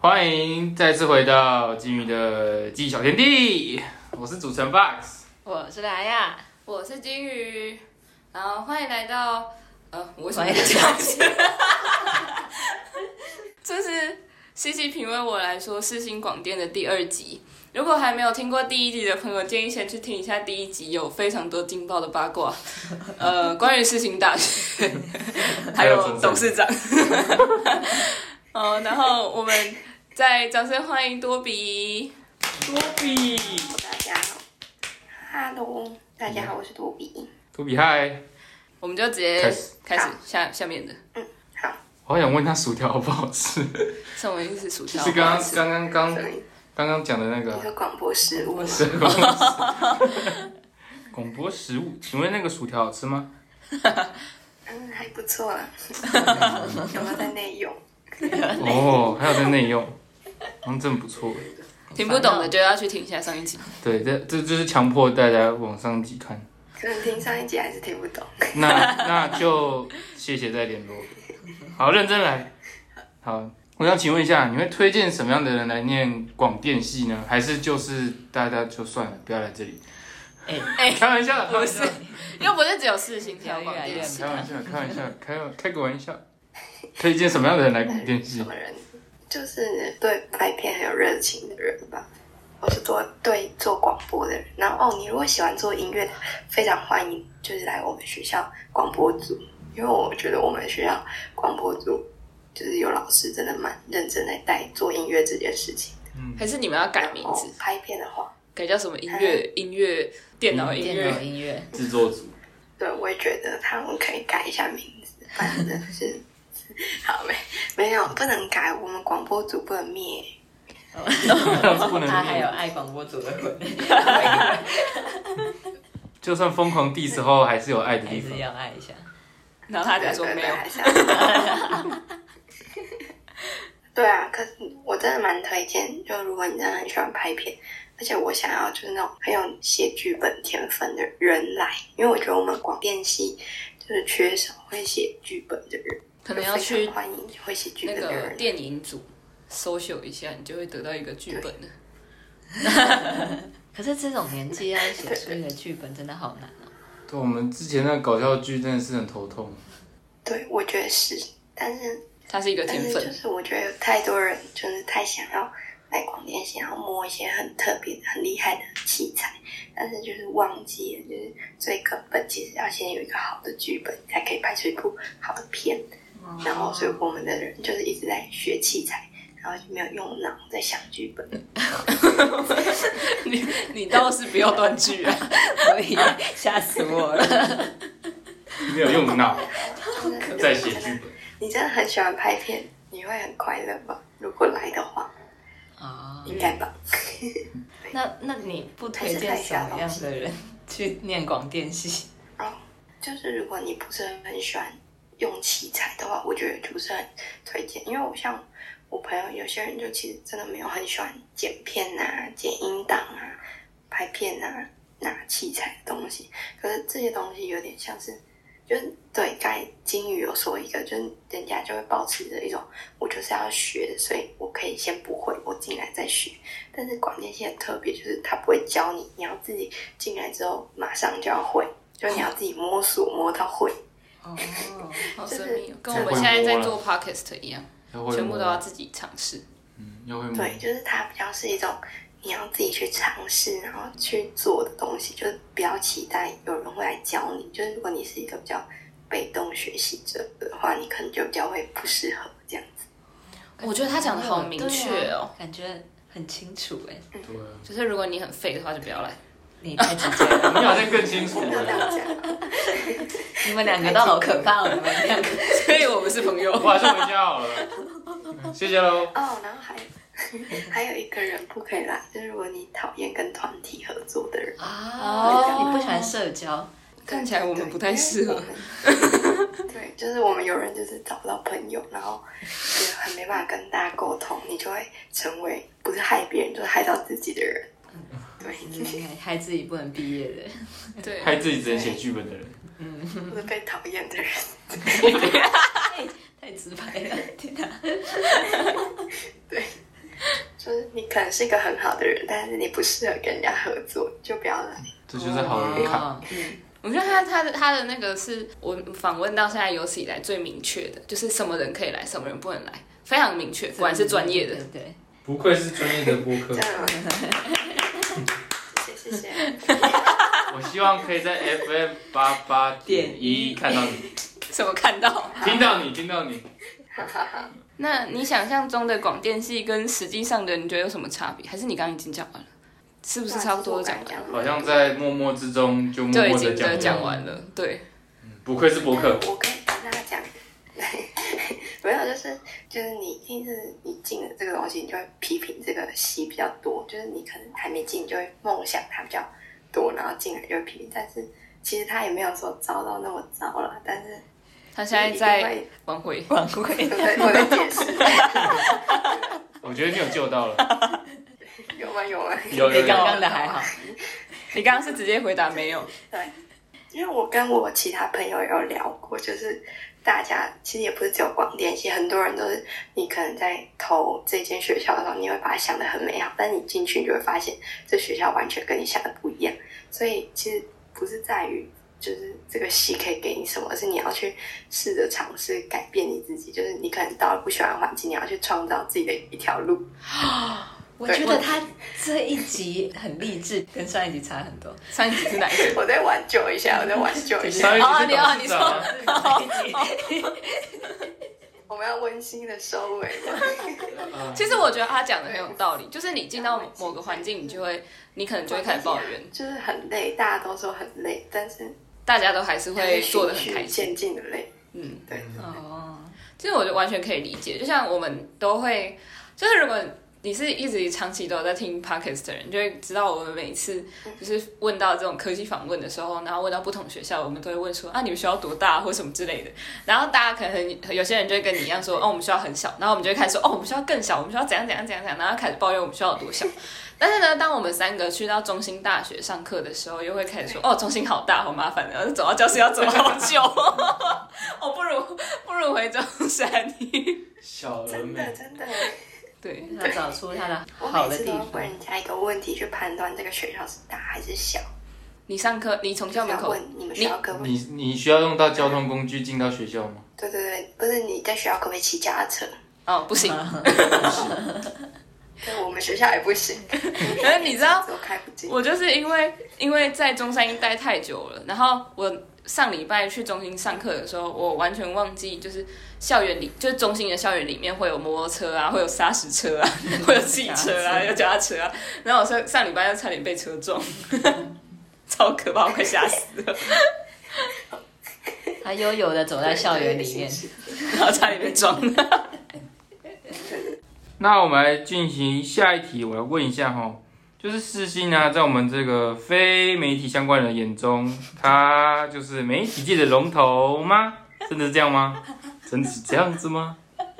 欢迎再次回到金鱼的记忆小天地，我是主持人 Box， 我是莱亚， 我是金鱼，然后欢迎来到我什么这是西西评为我来说世新广电的第2集。如果还没有听过第1集的朋友，建议先去听一下第1集，有非常多劲爆的八卦，关于世新大学，还有董事长。然后我们再掌声欢迎多比。 多比， 大家好 ，Hello， 大家好，我是多比。 多比嗨， 我们就直接开始下面的。 好。 我好想问他薯条好不好吃？ 什么意思？薯条？ 是刚刚讲的那个。 一个广播食物。 广播食物，请问那个薯条好吃吗？ 还不错啦。有没有在内用？ 哦，还有在内用，真不错。 听不懂的就要去听一下上一集。 对，这就是强迫大家往上集看。 可能听上一集还是听不懂。 那就谢谢再联络。好，认真来。好，我想请问一下，你会推荐什么样的人来念广电系呢？还是就是大家就算了，不要来这里？开玩笑， 不是，又不是只有世新才有广电系。 开玩笑，开个玩笑。推荐什么样的人来广电系？ 什么人？就是对拍片很有热情的人吧。我是对做广播的人。然后你如果喜欢做音乐的，非常欢迎，就是来我们学校广播组。因为我觉得我们学校广播组就是有老师真的蛮认真在带做音乐这件事情的。 还是你们要改名字？ 拍片的话， 改叫什么音乐电脑音乐制作组。 对，我也觉得他们可以改一下名字，反正是好没有不能改，我们广播组不能灭。 他还有爱广播组的魂。 就算疯狂diss后，还是有爱的地方。 还是要爱一下。 然后他才说没有。 对啊，可是我真的蛮推荐，就如果你真的很喜欢拍片，而且我想要就是那种很有写剧本天分的人来，因为我觉得我们广电系就是缺少会写剧本的人， 可能要去欢迎会写剧本那的人。 个电影组搜秀一下，你就会得到一个剧本的。 可是这种年纪要写出一个剧本真的好难哦。 对，我们之前那个搞笑剧真的是很头痛。 对，我觉得是，但是它是一个天分。 就是我觉得有太多人就是太想要来广电系，然后摸一些很特别的、很厉害的器材，但是就是忘记了，就是最根本其实要先有一个好的剧本，才可以拍出一部好的片。然后，所以我们的人就是一直在学器材，然后就没有用脑在想剧本。 你倒是不要断句啊！ 可以，吓死我了。 没有用脑在写剧本。 你真的很喜欢拍片，你会很快乐吧？如果来的话，应该吧。 那你不推荐什么样的人去念广电系？ 就是如果你不是很喜欢用器材的话，我觉得就不是很推荐。因为像我朋友有些人就其实真的没有很喜欢剪片啊、剪音档啊、拍片啊、拿器材的东西。可是这些东西有点像是，就是对，刚才金鱼有说一个，就是人家就会保持着一种我就是要学的，所以我可以先不会，我进来再学。但是广电系很特别，就是他不会教你，你要自己进来之后马上就要会，就你要自己摸索摸到会。 好神秘哦，跟我们现在在做 podcast 一样，全部都要自己尝试。 要会摸。 对，就是它比较是一种你要自己去尝试，然后去做的东西，就是不要期待有人会来教你。就是如果你是一个比较被动学习者的话，你可能就比较会不适合这样子。 我觉得他讲的好明确哦， 感觉很清楚哎。 对啊。 就是如果你很废的话，就不要来。 你太直接了， 你好像更清楚了。 你们两个都好可怕哦，你们两个， 所以我们是朋友。 我还是回家好了，谢谢喽。 然后还有一个人不可以来，就是如果你讨厌跟团体合作的人你不喜欢社交， 看起来我们不太适合。 对，就是我们有人就是找不到朋友，然后也很没办法跟大家沟通，你就会成为不是害别人，就是害到自己的人。对， 害自己不能毕业的， 对， 害自己只能写剧本的人， 或者被讨厌的人， 太直白了，天哪！ 对， 你可能是一个很好的人，但是你不适合跟人家合作，就不要来。 这就是好人卡。 我觉得他的那个是我访问到现在有史以来最明确的，就是什么人可以来，什么人不能来，非常明确，果然是专业的。 对， 不愧是专业的播客。 谢谢。 我希望可以在 FM 88.1看到你。 什么看到？ 听到你。 那你想象中的广电系跟实际上的，你觉得有什么差别？还是你刚刚已经讲完了？是不是差不多讲完了？ 好像在默默之中就默默的讲完了。 对， 不愧是播客。 我可以跟大家讲，没有，就是你一定是你进了这个东西，你就会批评这个系比较多，就是你可能还没进，你就会梦想它比较多，然后进来就会批评，但是其实他也没有说糟到那么糟了，但是他现在在挽回。 我在解释。 我觉得你有救到了。 有吗？ 有。 比刚刚的还好。 你刚刚是直接回答没有？ 对，因为我跟我其他朋友有聊过，就是大家其实也不是只有广电系，很多人都是你可能在投这间学校的时候，你会把它想得很美好，但你进去你就会发现这学校完全跟你想的不一样。所以其实不是在于就是这个系可以给你什么，而是你要去试着尝试改变你自己，就是你可能到了不喜欢的环境，你要去创造自己的一条路。 我觉得他这一集很励志，跟上一集差很多。 上一集是哪一集？ 我再挽救一下。 上一集是董事长。 我们要温馨的收尾。 其实我觉得他讲的很有道理，就是你进到某个环境，你可能就会开始抱怨， 就是很累，大家都说很累，但是大家都还是会做得很开心， 渐进的累。对。 其实我就完全可以理解，就像我们都会，就是如果你是一直长期都有在听 podcast 的人，就会知道我们每次就是问到这种科技访问的时候，然后问到不同学校，我们都会问说你们学校多大或什么之类的。然后大家可能有些人就会跟你一样说我们学校很小，然后我们就会开始说我们学校更小，我们学校怎样，然后开始抱怨我们学校有多小。但是呢，当我们三个去到中兴大学上课的时候，又会开始说中兴好大，好麻烦，然后走到教室要走好久，不如回中山。 小而美， 真的。 对， 他找出他的好的地方。 我每次都问人家一个问题去判断这个学校是大还是小。 你上课，你从校门口， 你们学校可不可以？ 你需要用到交通工具进到学校吗？ 对，不是你在学校可不可以骑脚踏车？ 不行。 对，我们学校也不行。 可是你知道，我就是因为在中山一待太久了，然后我上礼拜去中心上课的时候，我完全忘记，就是校园里，就是中心的校园里面会有摩托车啊，会有砂石车啊，会有汽车啊，有脚踏车啊。然后我上礼拜又差点被车撞，超可怕，我快吓死了。 他悠悠的走在校园里面， 然后差点被撞。 那我们来进行下一题，我来问一下就是世新呢，在我们这个非媒体相关人的眼中，它就是媒体界的龙头吗？真的是这样吗？真的是这样子吗？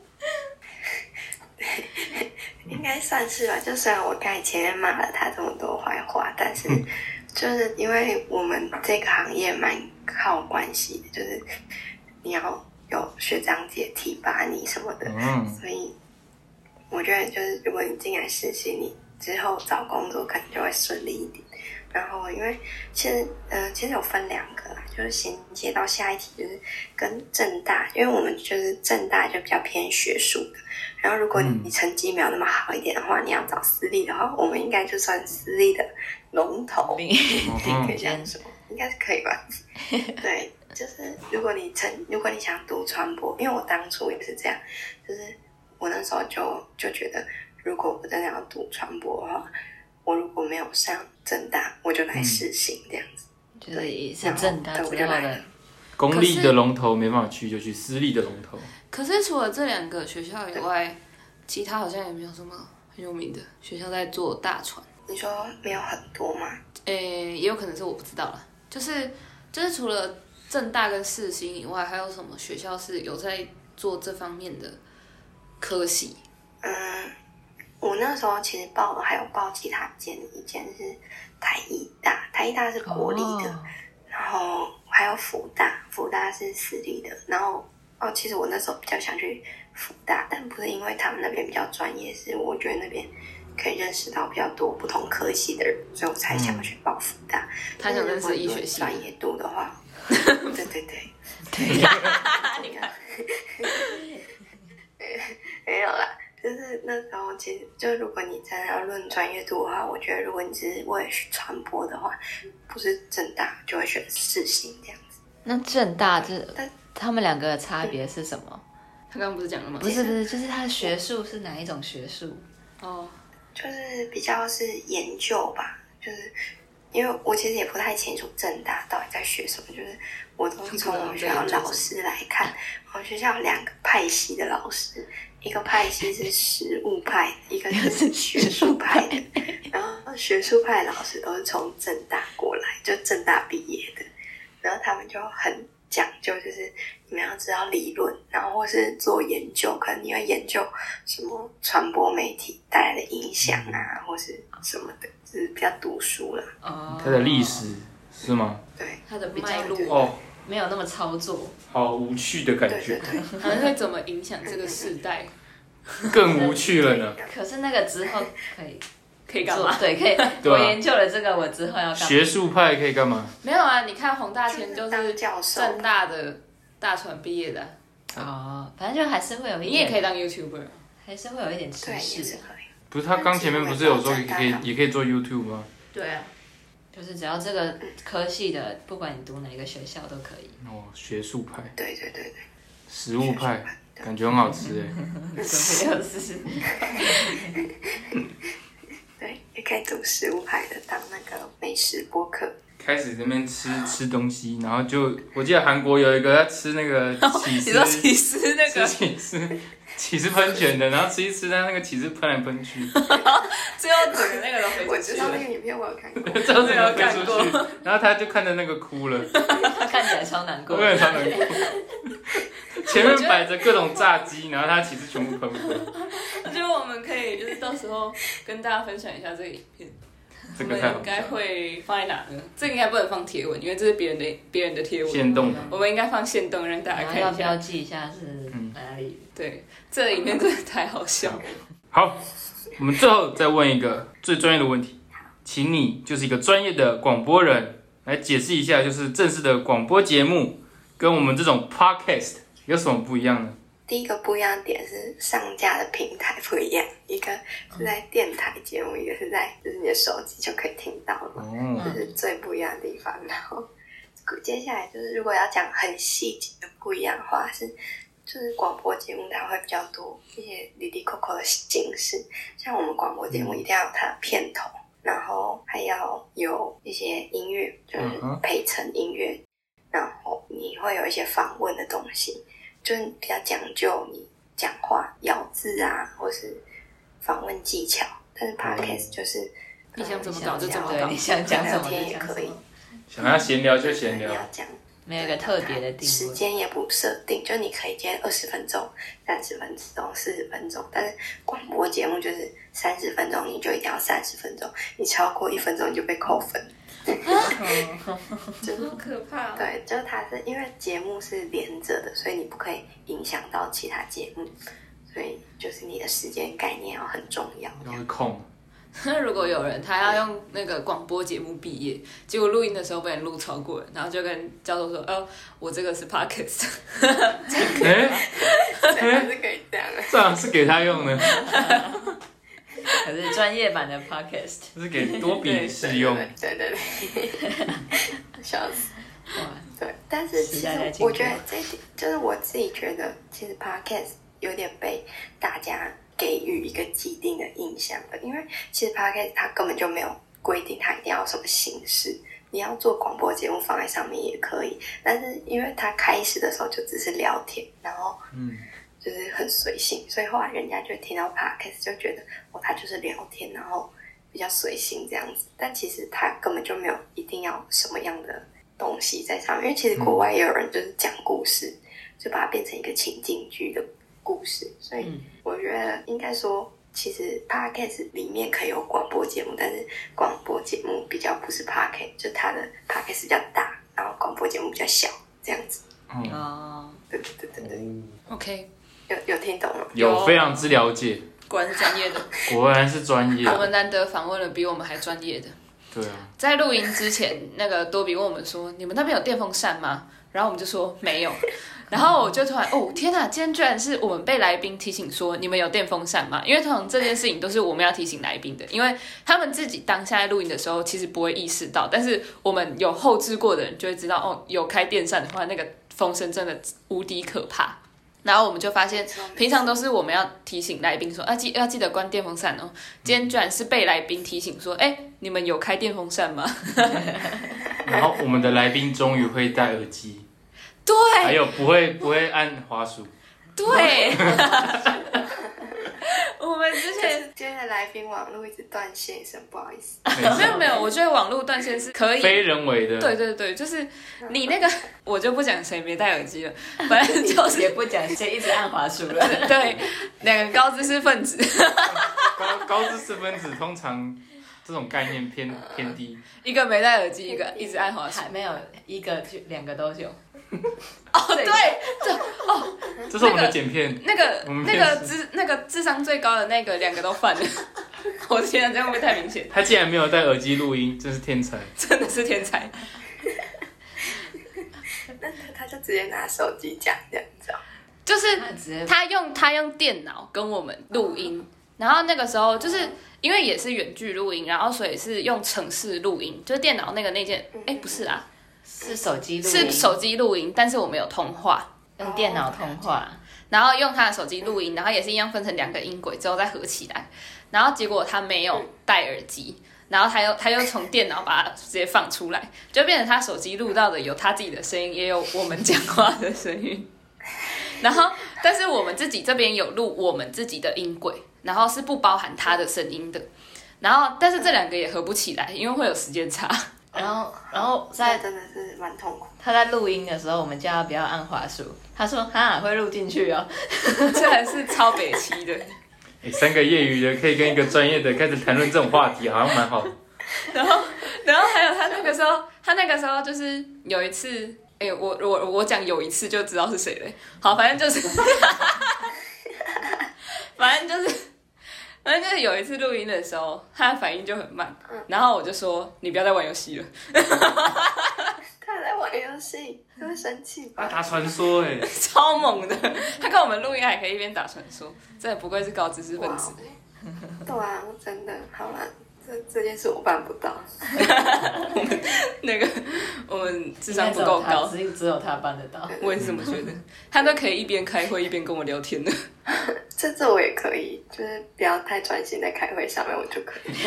应该算是吧。就虽然我刚才前面骂了他这么多坏话，但是就是因为我们这个行业蛮靠关系的，就是你要有学长姐提拔你什么的，所以我觉得就是如果你进来实习，你之后找工作可能就会顺利一点。然后因为其实有分两个啦，就是衔接到下一题，就是跟政大，因为我们就是政大就比较偏学术的。然后如果你成绩没有那么好一点的话，你要找私立的话，我们应该就算私立的龙头，可以这样说，应该是可以吧？对，就是如果你想读传播，因为我当初也是这样，就是我那时候就觉得，如果我真的要读传播的话，我如果没有上政大，我就来世新这样子。 就是是政大之后的公立的龙头没办法去，就去私立的龙头。 可是除了这两个学校以外，其他好像也没有什么很有名的学校在做大传。 你说没有很多吗？ 也有可能是我不知道啦。就是除了政大跟世新以外，还有什么学校是有在做这方面的科系？ 我那时候其实还有报其他间，一间是台艺大是国立的，然后还有辅大是私立的，然后其实我那时候比较想去辅大，但不是因为他们那边比较专业，是我觉得那边可以认识到比较多不同科系的人，所以我才想要去报辅大。 他想认识医学系专业度的话，对对对， 对， 你看， 没有啦。就是那时候，其实就如果你真的要论专业度的话，我觉得如果你只是为了传播的话，不是政大就会选世新这样子。 那政大他们两个的差别是什么？ 他刚刚不是讲了吗？ 不是，就是他的学术是哪一种学术？ 哦， 就是比较是研究吧，就是因为我其实也不太清楚政大到底在学什么，就是我都是从我们学校老师来看，我们学校有2个派系的老师，一个派系是实务派，一个是学术派的，然后学术派的老师都是从政大过来，就政大毕业的，然后他们就很讲究，就是你们要知道理论，然后或是做研究，可能你要研究什么传播媒体带来的影响啊，或是什么的，就是比较读书啦。 哦， 它的历史是吗？ 对， 他的比较脉络哦， 没有那么操作。 好无趣的感觉， 对对对， 好像会怎么影响这个世代， 更无趣了呢。 可是那个之后可以做， 可以干嘛？ 对，可以。 对啊我研究了这个，我之后要干嘛？ 学术派可以干嘛？ 没有啊，你看洪大千就是是当教授政大的大传毕业的啊， 哦，反正就还是会有一点， 你也可以当 YouTuber。 还是会有一点歧对也视是。可以。 不是他刚前面不是有说也可以做 YouTube 吗？ 对啊， 就是只要这个科系的，不管你读哪一个学校都可以。 哦，学术派、 对对对对， 食物派，感觉很好吃哎。 怎么又是？ 对，也可以读实务派的，当那个美食播客。 开始这边吃东西，然后就我记得韩国有一个他吃那个起司， 你说起司那吃个， 起司喷泉的，然后吃一吃，他那个起司喷来喷去， 最后整个那个都飞我出去了。 知道那个影片我有看过， 这样子有飞出我有去，然后他就看着那个哭了， 他看起来超难过我。有点超难过。前面摆着各种炸鸡，然后他起司全部喷过， 我觉得我们可以就是到时候跟大家分享一下这个影片。 这我个太好笑们应该会放在哪呢？这个应该不能放贴文，因为这是别人的贴文。 现动的。 我们应该放现动，让大家然后要标看一下。 记一下是哪里。 对，这个影片真的太好笑了。 好，我们最后再问一个最专业的问题，请你就是一个专业的广播人来解释一下，就是正式的广播节目跟我们这种 podcast 有什么不一样呢？ 第一个不一样的点是上架的平台不一样，一个是在电台节目，一个是在就是你的手机就可以听到了， 哦， 这是最不一样的地方。然后接下来就是如果要讲很细节的不一样的话，就是广播节目它会比较多一些哩哩扣扣的形式，像我们广播节目一定要有它的片头，然后还要有一些音乐，就是陪衬音乐，然后你会有一些访问的东西。就是比较讲究你讲话咬字啊，或是访问技巧。但是 podcast 就是你想怎么搞就怎么对， 搞你。想讲什么聊就讲什天也可以么， 想要闲聊就闲聊你要，讲没有一个特别的定时位。 间也不设定，就你可以接20分钟、30分钟、40分钟，但是广播节目就是30分钟，你就一定要30分钟，你超过1分钟你就被扣分。 好可怕、哦！ 对，就是它是因为节目是连着的，所以你不可以影响到其他节目，所以就是你的时间概念要很重要。 要会控。 那如果有人他要用那个广播节目毕业，结果录音的时候被人录超过了，然后就跟教授说：“我这个是 podcast。 还是可以这样的。 这样是给他用的， 可是专业版的 podcast， 这是给多比试用。 对，笑死。 哇， 对，但是其实时代在进步我觉得这一点，就是我自己觉得，其实 podcast 有点被大家给予一个既定的印象了，因为其实 podcast 它根本就没有规定它一定要什么形式，你要做广播节目放在上面也可以，但是因为它开始的时候就只是聊天，然后就是很随性，所以后来人家就听到 podcast 就觉得它就是聊天，然后比较随性这样子，但其实它根本就没有一定要什么样的东西在上面，因为其实国外也有人就是讲故事，就把它变成一个情境剧的故事，所以我觉得应该说，其实 podcast 里面可以有广播节目，但是广播节目比较不是 podcast，就它的 podcast 比较大，然后广播节目比较小，这样子。 哦， 对， OK， 有听懂吗？ 有非常之了解。 果然是专业的， 果然是专业。 我们难得访问了比我们还专业的。 对啊， 在录音之前，那个多比问我们说：“你们那边有电风扇吗？”然后我们就说没有。然后我就突然天哪！今天居然是我们被来宾提醒说你们有电风扇吗？因为通常这件事情都是我们要提醒来宾的，因为他们自己当下在录音的时候其实不会意识到，但是我们有后置过的人就会知道有开电扇的话，那个风声真的无敌可怕。然后我们就发现，平常都是我们要提醒来宾说要记得关电风扇哦。今天居然是被来宾提醒说，你们有开电风扇吗？ 然后我们的来宾终于会戴耳机。 对， 还有不会按滑鼠。 对，我们之前今天的来宾网络一直断线，真不好意思。 没有，我觉得网络断线是可以非人为的。 对，就是你那个，我就不讲谁没戴耳机了，反正就是也不讲谁一直按滑鼠了。 对，两个高知识分子， 高知识分子通常这种概念偏低。 一个没戴耳机，一个一直按滑鼠， 还没有一个就两个都有。 这是我们的剪片。 那个智商最高的那个两个都犯了。我的天啊，这样会不会太明显？ 他竟然没有戴耳机录音，真是天才， 真的是天才。 那他就直接拿手机讲这样子。 就是他用电脑跟我们录音，然后那个时候就是因为也是远距录音，然后所以是用程式录音，就是电脑那件，不是啦。 是手机录音， 是手机录音，但是我们有通话， 用电脑通话， 然后用他的手机录音，然后也是一样分成2个音轨之后再合起来，然后结果他没有戴耳机，然后他又从电脑把它直接放出来，就变成他手机录到的有他自己的声音，也有我们讲话的声音，然后但是我们自己这边有录我们自己的音轨，然后是不包含他的声音的，然后但是这2个也合不起来，因为会有时间差。 然后在真的是蛮痛苦。 他在录音的时候，我们叫他不要按滑鼠，他说会录进去哦， 这还是超北七的。 3个业余的可以跟一个专业的开始谈论这种话题，好像蛮好的。 然后还有他那个时候就是有一次，我讲有一次就知道是谁了。好，反正就是有一次录音的时候，他的反应就很慢，然后我就说你不要再玩游戏了。 他在玩游戏，他会生气吧？ 打传说超猛的，他跟我们录音还可以一边打传说，真的不愧是高知识分子。 对啊，真的，好啦，这件事我办不到。 我们智商不够高， 只有他办得到。 我也是这么觉得，他都可以一边开会一边跟我聊天的。 这我也可以，就是不要太专心在开会上面，我就可以。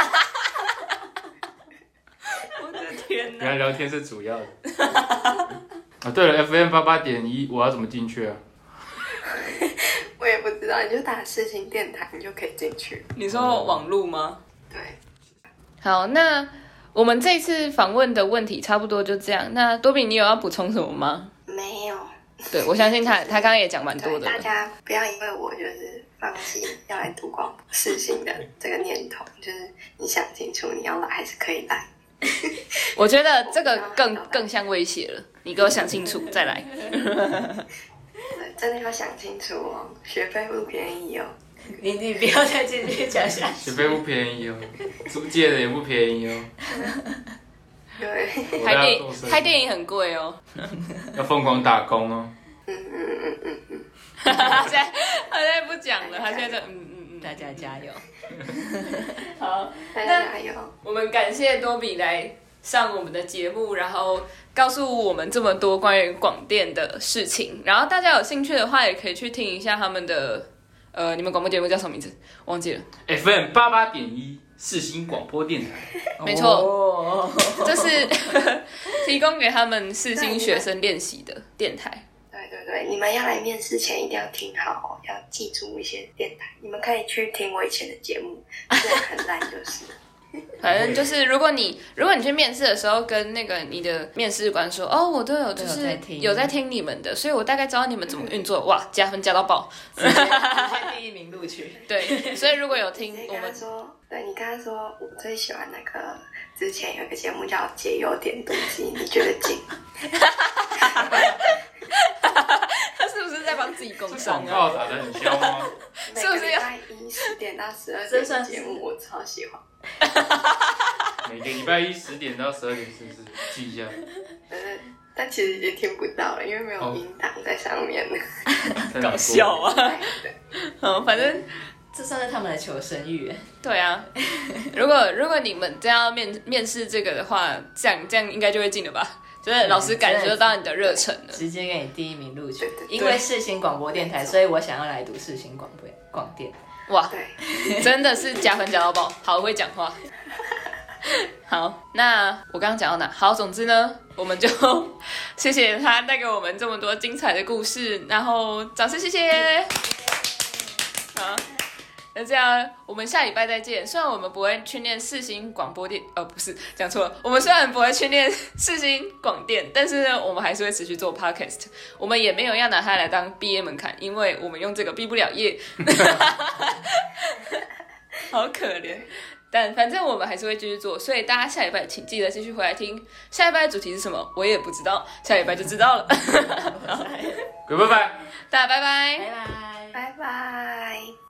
我的天哪！ 原来聊天是主要的。对了 ，FM 88.1，我要怎么进去啊？ 我也不知道，你就打世新电台，你就可以进去。 你说网路吗？ 对。 好，那我们这次访问的问题差不多就这样。那多比，你有要补充什么吗？ 没有。 对，我相信他刚刚也讲蛮多的。 大家不要因为我就是放弃要来读广播世新的这个念头，就是你想清楚你要来还是可以来。 我觉得这个更像威胁了，你给我想清楚再来。 对，真的要想清楚哦，学费不便宜哦。 你不要再继续讲下去。 学费不便宜哦，租借的也不便宜哦。 对， 拍电影很贵哦。 要疯狂打工哦。 他现在不讲了，他现在就大家加油。 好， 大家加油。 我们感谢多比来上我们的节目，然后告诉我们这么多关于广电的事情。然后大家有兴趣的话，也可以去听一下他们的你们广播节目叫什么名字？忘记了。 FM 88.1世新广播电台。 没错，这是提供给他们世新学生练习的电台。 对，你们要来面试前一定要听好哦，要记住一些电台。你们可以去听我以前的节目，虽然很烂就是。 反正就是，如果你去面试的时候跟那个你的面试官说，我都有就是有在听你们的，所以我大概知道你们怎么运作，哇，加分加到爆， 直接第1名录取。 对，所以如果有听我们说，对你刚刚说我最喜欢那个之前有一个节目叫《解忧点读机》，你觉得紧？ 他是不是在帮自己工广商啊？ 告打得很香吗？ 是不是每个礼拜1 10点到12点的节目我超喜欢。 每个礼拜1 10点到12点，是不是记一下？ 但其实已经听不到了，因为没有音档在上面了。 搞笑啊！反正这算是他们的求生欲。 对啊，如果你们真要面试这个的话，这样应该就会进了吧？就是老师感觉到你的热忱了， 直接给你第1名录取。 对对对， 因为世新广播电台，所以我想要来读世新广电。 哇， 对， 真的是加分加到爆，好会讲话。好，那我刚刚讲到哪？好，总之呢，我们就谢谢他带给我们这么多精彩的故事，然后掌声谢谢。好，那这样我们下礼拜再见。虽然我们不会去念世新广播电，不是讲错了，我们虽然不会去念世新广电，但是呢，我们还是会持续做 podcast。我们也没有要拿它来当毕业门槛，因为我们用这个毕不了业。好可怜。但反正我们还是会继续做，所以大家下礼拜请记得继续回来听。下礼拜的主题是什么，我也不知道，下礼拜就知道了。 拜拜， 大家拜拜， 拜拜。 拜拜。